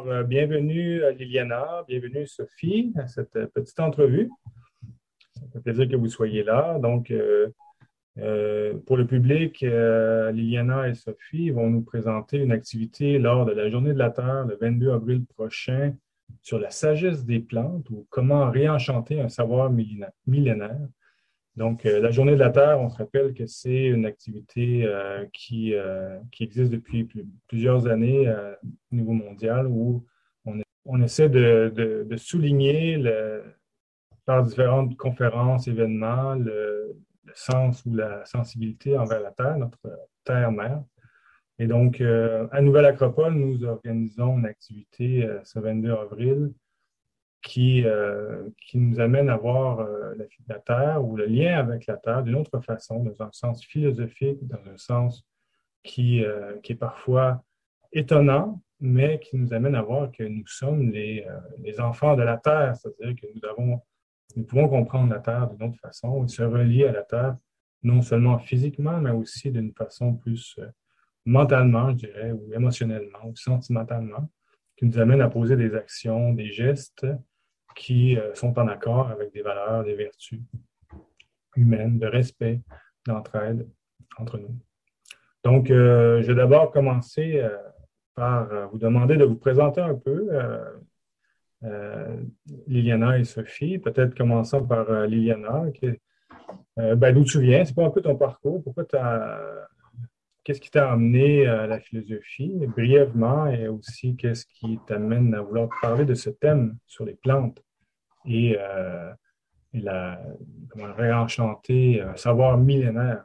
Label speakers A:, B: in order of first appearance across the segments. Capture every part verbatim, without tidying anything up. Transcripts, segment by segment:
A: Alors, euh, bienvenue à Liliana, bienvenue Sophie à cette euh, petite entrevue. Ça fait plaisir que vous soyez là. Donc, euh, euh, pour le public, euh, Liliana et Sophie vont nous présenter une activité lors de la Journée de la Terre le vingt-deux avril prochain sur la sagesse des plantes ou comment réenchanter un savoir milléna- millénaire. Donc, euh, la Journée de la Terre, on se rappelle que c'est une activité euh, qui, euh, qui existe depuis plus- plusieurs années euh, au niveau mondial où on, on essaie de, de- de souligner le- par différentes conférences, événements, le, le sens ou la sensibilité envers la Terre, notre Terre-mère. Et donc, euh, à Nouvelle Acropole, nous organisons une activité euh, ce vingt-deux avril qui, euh, qui nous amène à voir euh, la, la Terre ou le lien avec la Terre d'une autre façon, dans un sens philosophique, dans un sens qui, euh, qui est parfois étonnant, mais qui nous amène à voir que nous sommes les, euh, les enfants de la Terre, c'est-à-dire que nous avons, nous pouvons comprendre la Terre d'une autre façon et se relier à la Terre, non seulement physiquement, mais aussi d'une façon plus euh, mentalement, je dirais, ou émotionnellement, ou sentimentalement, qui nous amène à poser des actions, des gestes qui euh, sont en accord avec des valeurs, des vertus humaines, de respect, d'entraide entre nous. Donc, euh, je vais d'abord commencer euh, par euh, vous demander de vous présenter un peu, euh, euh, Liliana et Sophie, peut-être commençant par euh, Liliana. Qui, euh, ben, d'où tu viens? C'est pas un peu ton parcours? Pourquoi t'as, qu'est-ce qui t'a amené à la philosophie, brièvement, et aussi qu'est-ce qui t'amène à vouloir parler de ce thème sur les plantes et euh, et la, comment réenchanter un savoir millénaire.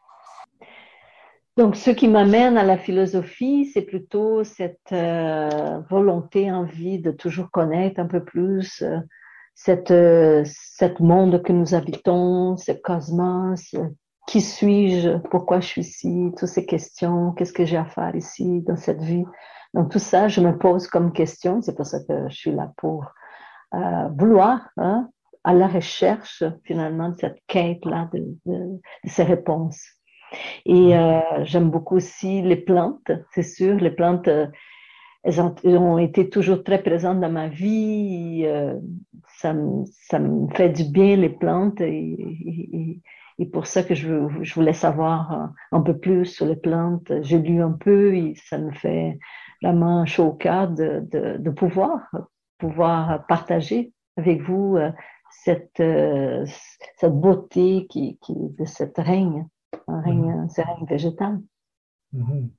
B: Donc, ce qui m'amène à la philosophie, c'est plutôt cette euh, volonté, envie de toujours connaître un peu plus euh, cette, euh, cette monde que nous habitons, ce cosmos, euh, qui suis-je, pourquoi je suis ici, toutes ces questions, qu'est-ce que j'ai à faire ici dans cette vie. Donc, tout ça, je me pose comme question, c'est pour ça que je suis là pour euh, vouloir, hein, à la recherche finalement de cette quête-là, de, de, de ces réponses. Et
A: Mhm.
B: euh, j'aime beaucoup aussi les plantes, c'est sûr. Les plantes, euh, elles ont, elles ont été toujours très présentes dans ma vie. Euh, ça, me, ça me fait du bien, les plantes. Et, et, et pour ça que je, je voulais savoir un, un peu plus sur les plantes. J'ai lu un peu et ça me fait vraiment chaud au cœur de, de, de pouvoir, pouvoir partager avec vous euh, cette, euh, cette beauté qui, qui, de cette règne un
A: Mhm.
B: règne, c'est un règne végétal.
A: Mhm.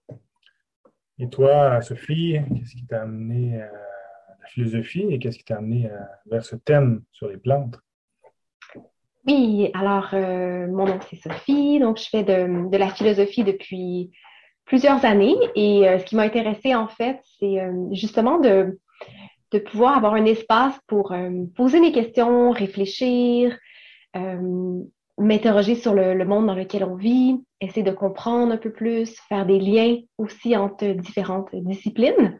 A: Et toi, Sophie, qu'est-ce qui t'a amené à la philosophie et qu'est-ce qui t'a amené à- vers ce thème sur les plantes?
C: Oui, alors euh, mon nom c'est Sophie, donc je fais de, de la philosophie depuis plusieurs années et euh, ce qui m'a intéressée en fait, c'est euh, justement de, de pouvoir avoir un espace pour euh, poser mes questions, réfléchir, euh, m'interroger sur le, le monde dans lequel on vit, essayer de comprendre un peu plus, faire des liens aussi entre différentes disciplines.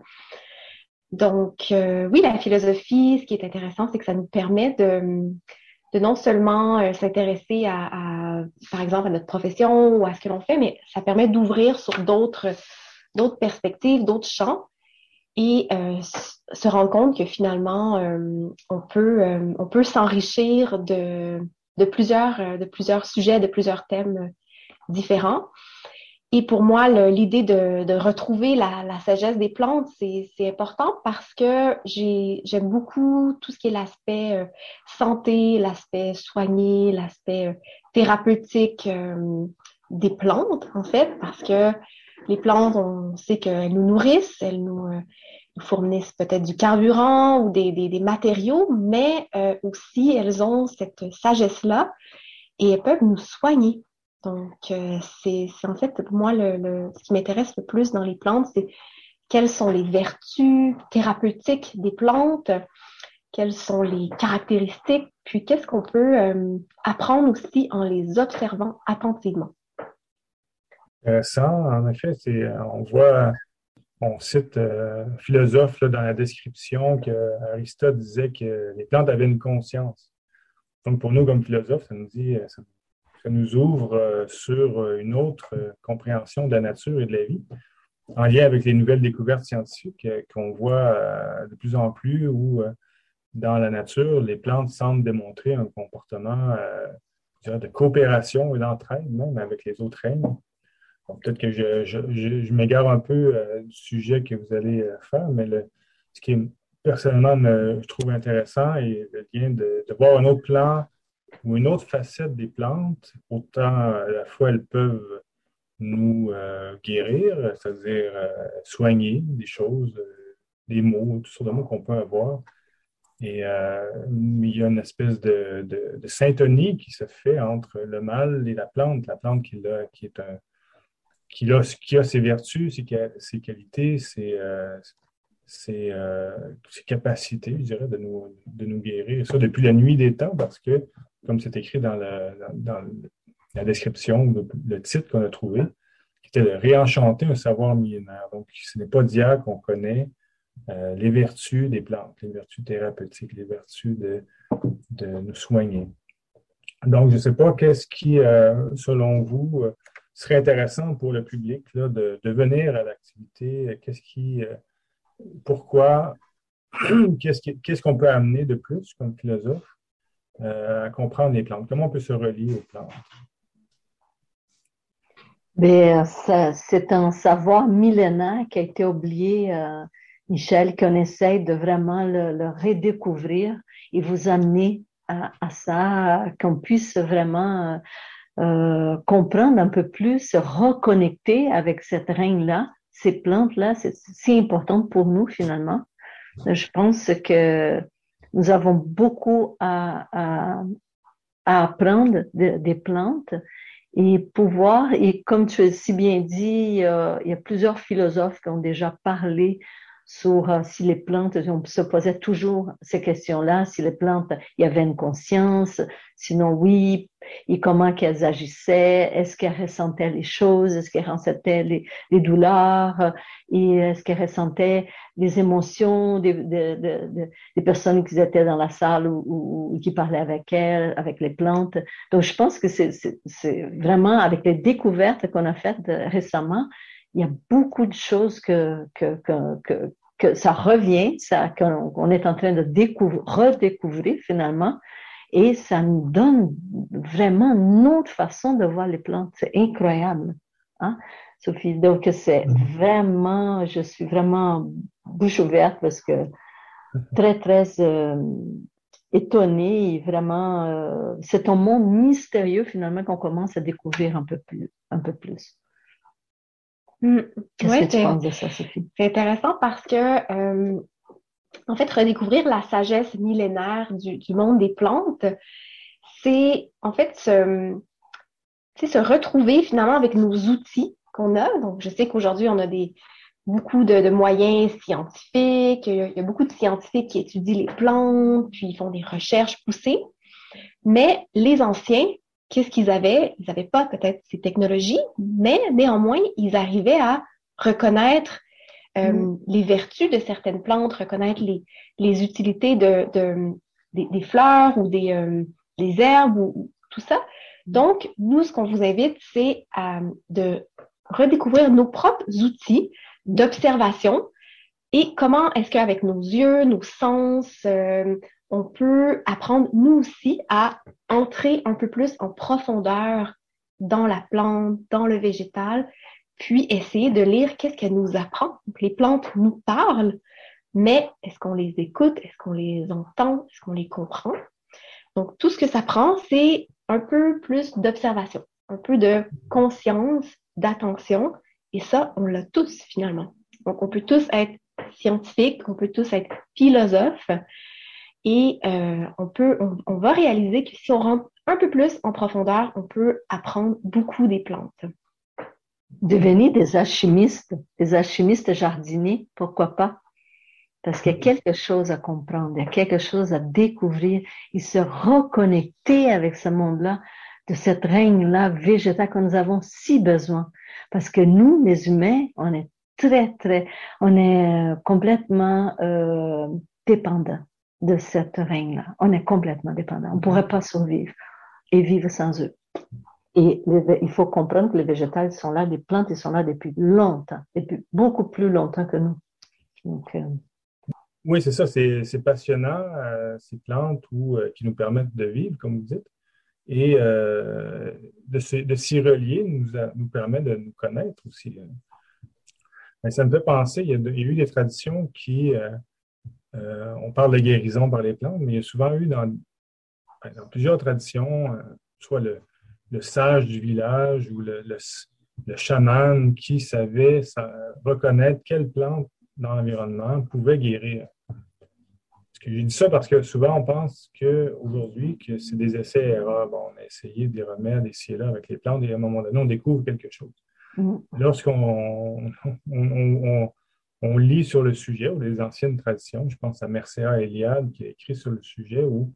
C: Donc euh, oui, la philosophie, ce qui est intéressant, c'est que ça nous permet de de non seulement euh, s'intéresser à, à, par exemple, à notre profession ou à ce que l'on fait, mais ça permet d'ouvrir sur d'autres, d'autres perspectives, d'autres champs et euh, se rendre compte que finalement, euh, on peut, euh, on peut s'enrichir de, de plusieurs, euh, de plusieurs sujets, de plusieurs thèmes différents. Et pour moi, le- l'idée de, de retrouver la, la sagesse des plantes, c'est, c'est important parce que j'ai, j'aime beaucoup tout ce qui est l'aspect euh, santé, l'aspect soigné, l'aspect euh, thérapeutique euh, des plantes, en fait, parce que les plantes, on sait qu'elles nous nourrissent, elles nous, euh, nous fournissent peut-être du carburant ou des, des, des matériaux, mais euh, aussi elles ont cette sagesse-là et elles peuvent nous soigner. Donc, euh, c'est, c'est en fait pour moi le, le- ce qui m'intéresse le plus dans les plantes, c'est quelles sont les vertus thérapeutiques des plantes, quelles sont les caractéristiques, puis qu'est-ce qu'on peut euh, apprendre aussi en les observant attentivement.
A: Intéressant, en effet, c'est, euh, on voit, on cite euh, un philosophe là, dans la description que Aristote disait que les plantes avaient une conscience. Donc, pour nous, comme philosophes, ça nous dit, euh, ça, ça nous ouvre euh, sur euh, une autre euh, compréhension de la nature et de la vie. en lien avec les nouvelles découvertes scientifiques euh, qu'on voit euh, de plus en plus où euh, dans la nature, les plantes semblent démontrer un comportement euh, je dirais, de coopération et d'entraide même avec les autres règnes. Bon, peut-être que je, je, je, je m'égare un peu euh, du sujet que vous allez euh, faire, mais le, ce qui personnellement me, je trouve intéressant est le lien de, de voir un autre plan ou une autre facette des plantes. Autant à la fois elles peuvent nous euh, guérir, c'est-à-dire euh, soigner des choses, euh, des mots, toutes sortes de mots qu'on peut avoir. Et euh, il y a une espèce de, de, de syntonie qui se fait entre le mâle et la plante. La plante qui, là, qui est un qui a, qui a ses vertus, ses, ses qualités, ses, euh, ses, euh, ses capacités, je dirais, de nous, de nous guérir. Et ça, depuis la nuit des temps, parce que, comme c'est écrit dans, le, dans, dans la description, le, le titre qu'on a trouvé, qui était de réenchanter un savoir millénaire. Donc, ce n'est pas d'hier qu'on connaît euh, les vertus des plantes, les vertus thérapeutiques, les vertus de, de nous soigner. Donc, je ne sais pas qu'est-ce qui, euh, selon vous, euh, serait intéressant pour le public là, de, de venir à l'activité. Qu'est-ce qui, euh, pourquoi, qu'est-ce qui- qu'est-ce qu'on peut amener de plus comme philosophe euh, à comprendre les plantes? Comment on peut se relier aux plantes?
B: Ben, ça, c'est un savoir millénaire qui a été oublié, euh, Michel, qu'on essaye de vraiment le, le redécouvrir et vous amener à, à ça, qu'on puisse vraiment euh, comprendre un peu plus, se reconnecter avec cette règne-là, ces plantes-là, c'est si important pour nous finalement. Je pense que nous avons beaucoup à, à, à apprendre de- des plantes et pouvoir, et comme tu as si bien dit, euh, il y a plusieurs philosophes qui ont déjà parlé sur euh, si les plantes, on se posait toujours ces questions-là, si les plantes, il y avait une conscience, sinon oui, et comment qu'elles agissaient, est-ce qu'elles ressentaient les choses, est-ce qu'elles ressentaient les, les douleurs, et est-ce qu'elles ressentaient les émotions des, de, de, de, des personnes qui étaient dans la salle ou, ou, ou qui parlaient avec elles, avec les plantes. Donc, je pense que c'est, c'est, c'est vraiment avec les découvertes qu'on a faites récemment, il y a beaucoup de choses que, que, que, que, que ça revient, ça, qu'on, qu'on est en train de découvrir, redécouvrir finalement, et ça nous donne vraiment une autre façon de voir les plantes. C'est incroyable, hein, Sophie? Donc, c'est vraiment, je suis vraiment bouche ouverte parce que très, très euh, étonnée, vraiment, euh, c'est un monde mystérieux finalement qu'on commence à découvrir un peu plus. Un peu plus.
C: Mm.
B: Qu'est-ce
C: Ouais,
B: que tu
C: c'est,
B: penses de ça, Sophie?
C: c'est intéressant parce que, euh, en fait, redécouvrir la sagesse millénaire du, du monde des plantes, c'est en fait se, tu sais, se retrouver finalement avec nos outils qu'on a. Donc, je sais qu'aujourd'hui, on a des, beaucoup de, de moyens scientifiques. Il y, a, il y a beaucoup de scientifiques qui étudient les plantes, puis ils font des recherches poussées. Mais les anciens, qu'est-ce qu'ils avaient? Ils n'avaient pas peut-être ces technologies, mais néanmoins, ils arrivaient à reconnaître euh, mm. les vertus de certaines plantes, reconnaître les, les utilités de, de, des, des fleurs ou des, euh, des herbes ou, ou tout ça. Donc, nous, ce qu'on vous invite, c'est à, de redécouvrir nos propres outils d'observation et comment est-ce qu'avec nos yeux, nos sens, euh, on peut apprendre, nous aussi, à entrer un peu plus en profondeur dans la plante, dans le végétal, puis essayer de lire qu'est-ce qu'elle nous apprend. Donc, les plantes nous parlent, mais est-ce qu'on les écoute? Est-ce qu'on les entend? Est-ce qu'on les comprend? Donc, tout ce que ça prend, c'est un peu plus d'observation, un peu de conscience, d'attention, et ça, on l'a tous finalement. Donc, on peut tous être scientifiques, on peut tous être philosophes, et euh, on peut, on, on va réaliser que si on rentre un peu plus en profondeur, on peut apprendre beaucoup des plantes.
B: Devenir des alchimistes, des alchimistes jardiniers, pourquoi pas? Parce qu'il y a quelque chose à comprendre, il y a quelque chose à découvrir et se reconnecter avec ce monde-là, de cette règne-là végétale que nous avons si besoin. Parce que nous, les humains, on est très, très, on est complètement euh, dépendants de cette règne-là. On est complètement dépendants. On ne pourrait pas survivre et vivre sans eux. Et les, il faut comprendre que les végétales sont là, les plantes, ils sont là depuis longtemps, depuis beaucoup plus longtemps que nous. Donc, euh,
A: Oui, c'est ça, c'est c'est passionnant, euh, ces plantes ou, euh, qui nous permettent de vivre, comme vous dites. Et euh, de, se- de s'y relier nous, a- nous permet de nous connaître aussi. Mais ça me fait penser, il y a, de- il y a eu des traditions qui, euh, euh, on parle de guérison par les plantes, mais il y a souvent eu dans, ben, dans plusieurs traditions, euh, soit le, le sage du village ou le, le, le chaman qui savait ça- reconnaître quelle plante dans l'environnement pouvait guérir. Parce que j'ai dit ça parce que souvent on pense qu'aujourd'hui, que c'est des essais-erreurs. Bon, on a essayé des remèdes ici et là avec les plantes et à un moment donné, on découvre quelque chose.
B: mm,
A: Lorsqu'on on, on- on- on lit sur le sujet ou les anciennes traditions, je pense à Mircea Eliade qui a écrit sur le sujet où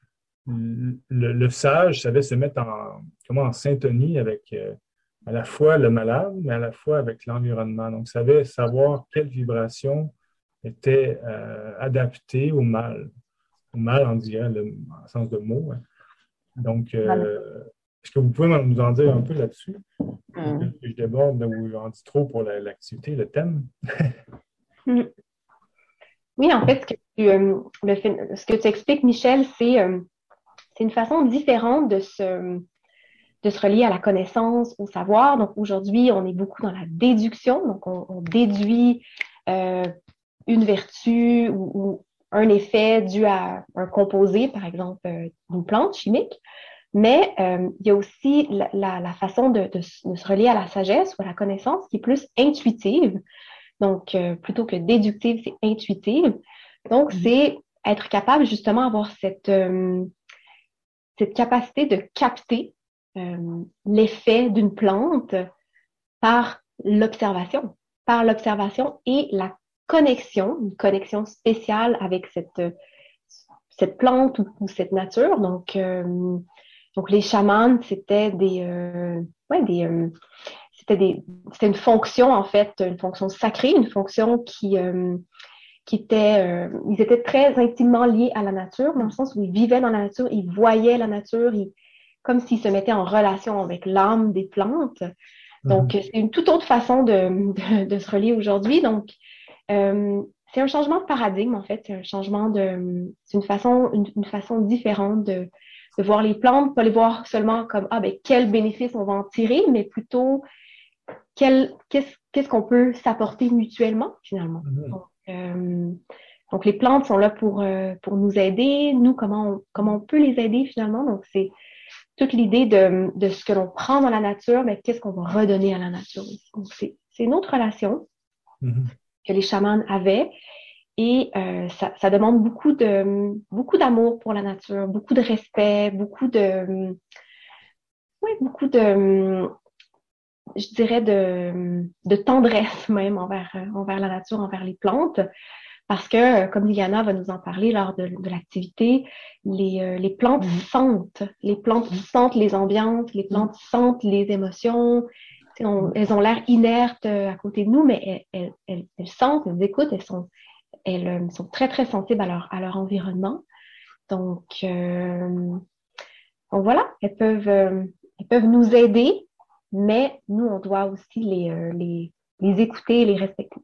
A: le, le sage savait se mettre en, comment, en syntonie avec euh, à la fois le malade, mais à la fois avec l'environnement. Donc, savait savoir quelle vibration était euh, adaptée au mal. Au mal, on dirait, le, en sens de mot. Hein. Donc,
B: voilà.
A: euh, est-ce que vous pouvez nous en dire un peu là-dessus?
B: Mm.
A: Je déborde ou j'en dis trop pour la- l'activité, le thème.
C: Mm. Oui, en fait, ce que tu, euh, le fait- ce que tu expliques, Michel, c'est euh, c'est une façon différente de se, de se relier à la connaissance, au savoir. Donc aujourd'hui, on est beaucoup dans la déduction. Donc on, on déduit euh, une vertu ou, ou un effet dû à un composé, par exemple, euh, d'une plante chimique. Mais euh, il y a aussi la, la, la façon de, de, de se relier à la sagesse ou à la connaissance qui est plus intuitive. Donc, euh, plutôt que déductive, c'est intuitive. Donc, c'est être capable justement d'avoir cette, euh, cette capacité de capter euh, l'effet d'une plante par l'observation, par l'observation et la connexion, une connexion spéciale avec cette, cette plante ou, ou cette nature. Donc, euh, donc les chamans, c'était des, euh, ouais, des, euh, c'était des, c'était une fonction en fait, une fonction sacrée, une fonction qui, euh, qui était, euh, ils étaient très intimement liés à la nature, dans le sens où ils vivaient dans la nature, ils voyaient la nature, ils, comme s'ils se mettaient en relation avec l'âme des plantes. Donc,
A: Mhm.
C: c'est une toute autre façon de, de, de se relier aujourd'hui. Donc, euh, c'est un changement de paradigme, en fait. C'est un changement de, c'est une façon, une, une façon différente de, de voir les plantes, pas les voir seulement comme, ah, ben, quel bénéfice on va en tirer, mais plutôt, quel, qu'est-ce, qu'est-ce qu'on peut s'apporter mutuellement, finalement.
A: Mhm.
C: Donc, euh, donc, les plantes sont là pour, euh, pour nous aider. Nous, comment on, comment on peut les aider, finalement. Donc, c'est toute l'idée de, de ce que l'on prend dans la nature, mais qu'est-ce qu'on va redonner à la nature aussi. Donc, c'est, c'est une autre relation
A: Mhm.
C: que les chamans avaient. Et euh, ça, ça demande beaucoup de beaucoup d'amour pour la nature, beaucoup de respect, beaucoup de oui, beaucoup de je dirais de, de tendresse même envers, envers la nature, envers les plantes. Parce que, comme Liliana va nous en parler lors de, de l'activité, les, euh, les plantes sentent. Les plantes sentent les ambiances, les plantes sentent les émotions. On, elles ont l'air inertes à côté de nous, mais elles, elles, elles, elles sentent, elles écoutent, elles sont, elles euh, sont très, très sensibles à leur, à leur environnement. Donc, euh, donc voilà, elles peuvent, euh, elles peuvent nous aider, mais nous, on doit aussi les, euh, les, les écouter et les respecter.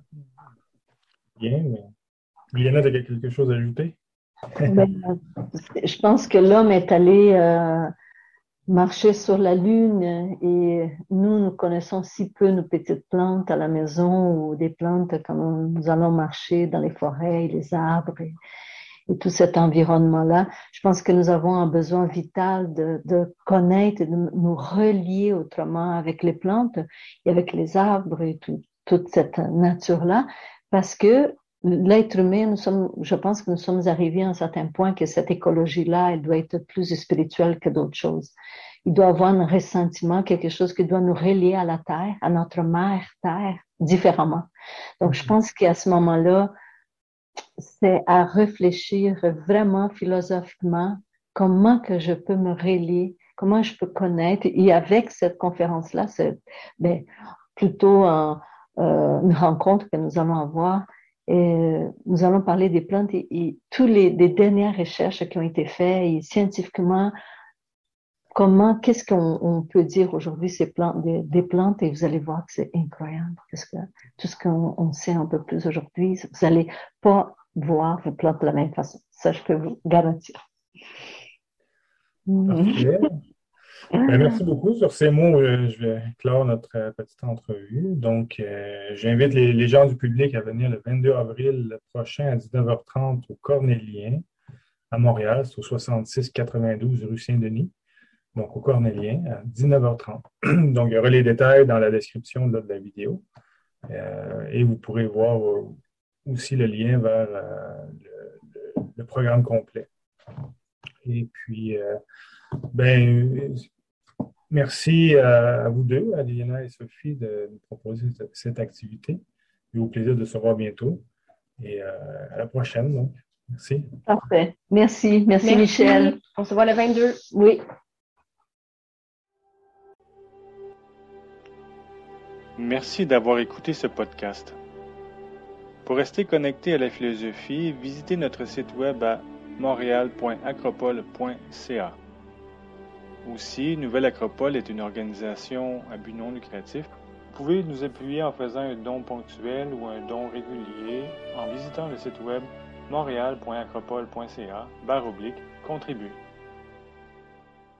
A: Bien, mais Liliana, tu as quelque chose à ajouter?
B: Ben, je pense que l'homme est allé euh, marcher sur la Lune et nous, nous connaissons si peu nos petites plantes à la maison ou des plantes quand nous allons marcher dans les forêts, les arbres et, et tout cet environnement-là. Je pense que nous avons un besoin vital de, de connaître et de nous relier autrement avec les plantes et avec les arbres et tout, toute cette nature-là parce que l'être humain, nous sommes, je pense que nous sommes arrivés à un certain point que cette écologie-là, elle doit être plus spirituelle que d'autres choses. Il doit avoir un ressentiment, quelque chose qui doit nous relier à la terre, à notre mère terre, différemment. Donc, je pense qu'à ce moment-là, c'est à réfléchir vraiment philosophiquement comment que je peux me relier, comment je peux connaître. Et avec cette conférence-là, c'est ben, plutôt un, euh, une rencontre que nous allons avoir. Et nous allons parler des plantes et, et toutes les, les dernières recherches qui ont été faites et scientifiquement comment, qu'est-ce qu'on on peut dire aujourd'hui ces plantes, des, des plantes, et vous allez voir que c'est incroyable. Parce que tout ce qu'on on sait un peu plus aujourd'hui, vous n'allez pas voir les plantes de la même façon. Ça, je peux vous garantir.
A: Parfait. Ben, merci beaucoup. Sur ces mots, euh, je vais clore notre euh, petite entrevue. Donc, euh, j'invite les, les gens du public à venir le vingt-deux avril prochain à dix-neuf heures trente au Cornélien à Montréal. C'est au soixante-six quatre-vingt-douze rue Saint-Denis. Donc, au Cornélien à dix-neuf heures trente. Donc, il y aura les détails dans la description là, de la vidéo. Euh, et vous pourrez voir euh, aussi le lien vers euh, le, le- le programme complet. Et puis, euh, ben, merci à, à vous deux, à Liliana et Sophie, de nous proposer cette, cette activité. Et au plaisir de se revoir bientôt. Et euh, à la prochaine. Donc. Merci.
B: Parfait. Merci. Merci,
C: Merci.
B: Michel.
C: On se voit le vingt-deux.
B: Oui.
A: Merci d'avoir écouté ce podcast. Pour rester connecté à la philosophie, visitez notre site web à montréal point acropole point c a. Aussi, Nouvelle Acropole est une organisation à but non lucratif. Vous pouvez nous appuyer en faisant un don ponctuel ou un don régulier en visitant le site web montréal point acropole point c a barre oblique contribuer.